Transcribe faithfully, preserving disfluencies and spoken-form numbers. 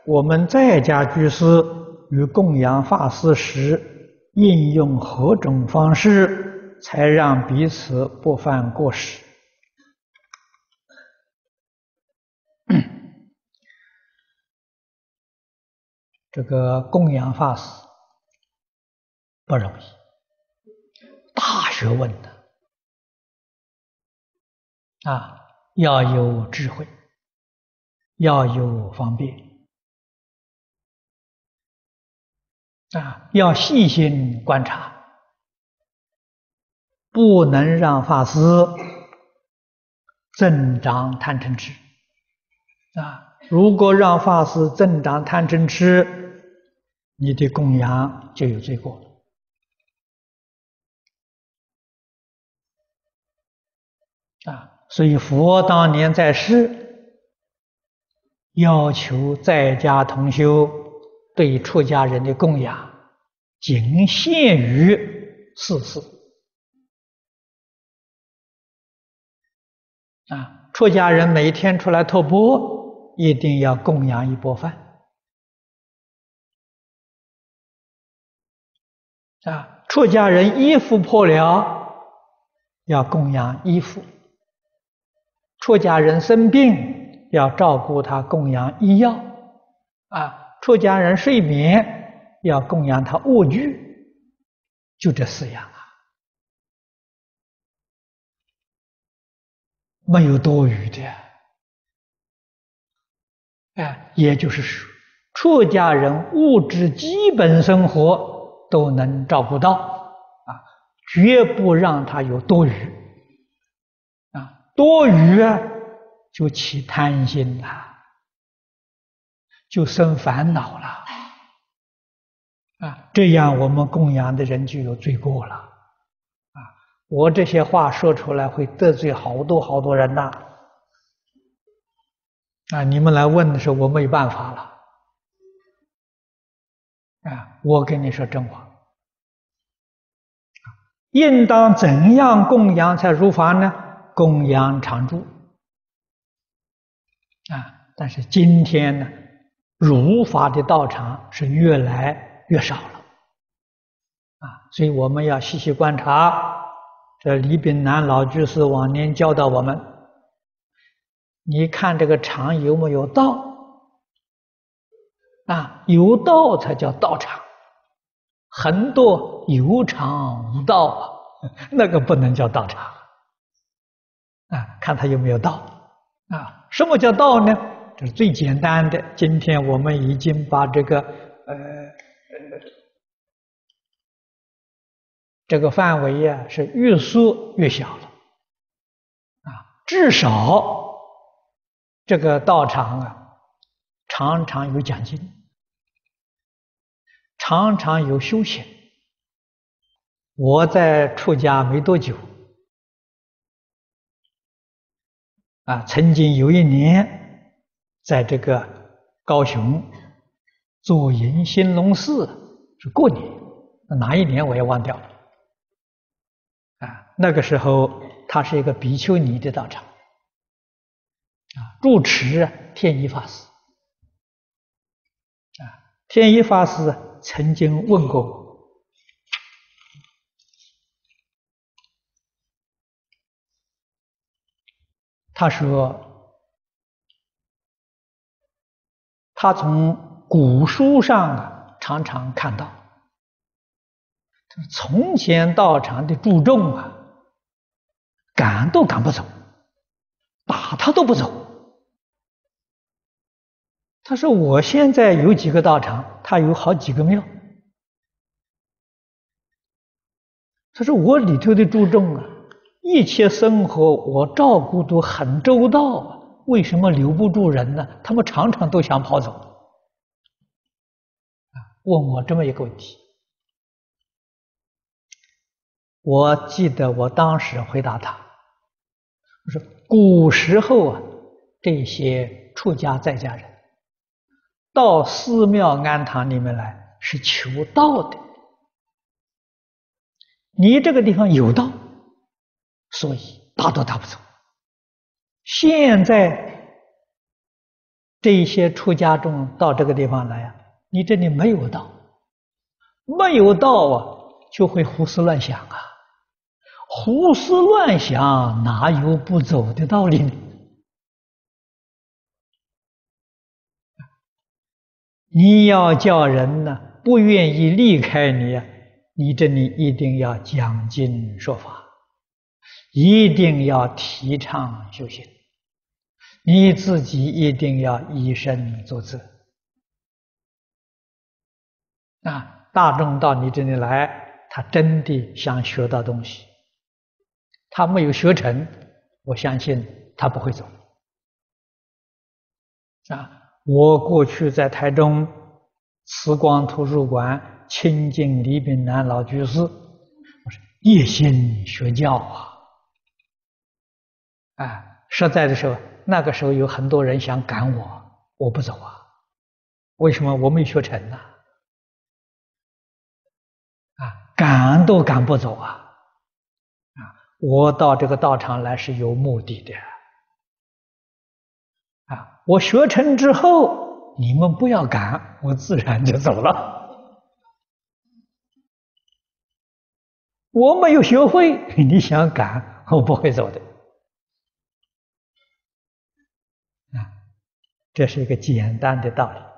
我们在家居士与供养法师时，应用何种方式，才让彼此不犯过失？这个供养法师不容易，大学问的啊，要有智慧，要有方便啊，要细心观察，不能让法师增长贪嗔痴啊。如果让法师增长贪嗔痴，你的供养就有罪过了啊。所以佛当年在世，要求在家同修对出家人的供养仅限于四事啊。出家人每天出来托钵，一定要供养一钵饭啊。出家人衣服破了，要供养衣服；出家人生病，要照顾他，供养医药啊。出家人睡眠，要供养他卧具，就这四样啊，没有多余的。哎，也就是说，出家人物质基本生活都能照顾到啊，绝不让他有多余啊。多余啊，就起贪心了，就生烦恼了啊。这样我们供养的人就有罪过了啊。我这些话说出来会得罪好多好多人呐啊。你们来问的时候，我没办法了啊。我跟你说真话，应当怎样供养才如法呢？供养常住啊。但是今天呢，如法的道场是越来越少了啊。所以我们要细细观察，这李炳南老居士往年教导我们，你看这个场有没有道啊？有道才叫道场，很多有场无道啊，那个不能叫道场啊。看他有没有道啊？什么叫道呢？这是最简单的。今天我们已经把这个呃呃这个范围呀、啊、是越缩越小了啊。至少这个道场啊，常常有讲经，常常有修行。我在出家没多久啊，曾经有一年在这个高雄做迎兴隆寺，是过年，哪一年我也忘掉了啊。那个时候它是一个比丘尼的道场啊，住持天一法师啊。天一法师曾经问过我，他说他从古书上啊常常看到，从前道场的注重啊，赶都赶不走，打他都不走。他说我现在有几个道场，他有好几个庙。他说我里头的注重啊，一切生活我照顾都很周到啊，为什么留不住人呢？他们常常都想跑走啊。问我这么一个问题，我记得我当时回答他，我说古时候啊，这些出家在家人到寺庙庵堂里面来是求道的，你这个地方有道，所以打都打不走。现在这些出家众到这个地方来啊，你这里没有道，没有道啊，就会胡思乱想啊，胡思乱想哪有不走的道理呢？你要叫人呢不愿意离开你啊，你这里一定要讲经说法，一定要提倡修行，你自己一定要以身作则啊！大众到你这里来，他真的想学到东西，他没有学成，我相信他不会走啊！我过去在台中慈光图书馆亲近李炳南老居士，我是一心学教啊！啊，实在的时候，那个时候有很多人想赶我，我不走啊！为什么？我没学成呢？啊，赶都赶不走啊！啊，我到这个道场来是有目的的。啊，我学成之后，你们不要赶，我自然就走了。我没有学会，你想赶，我不会走的。啊，这是一个简单的道理。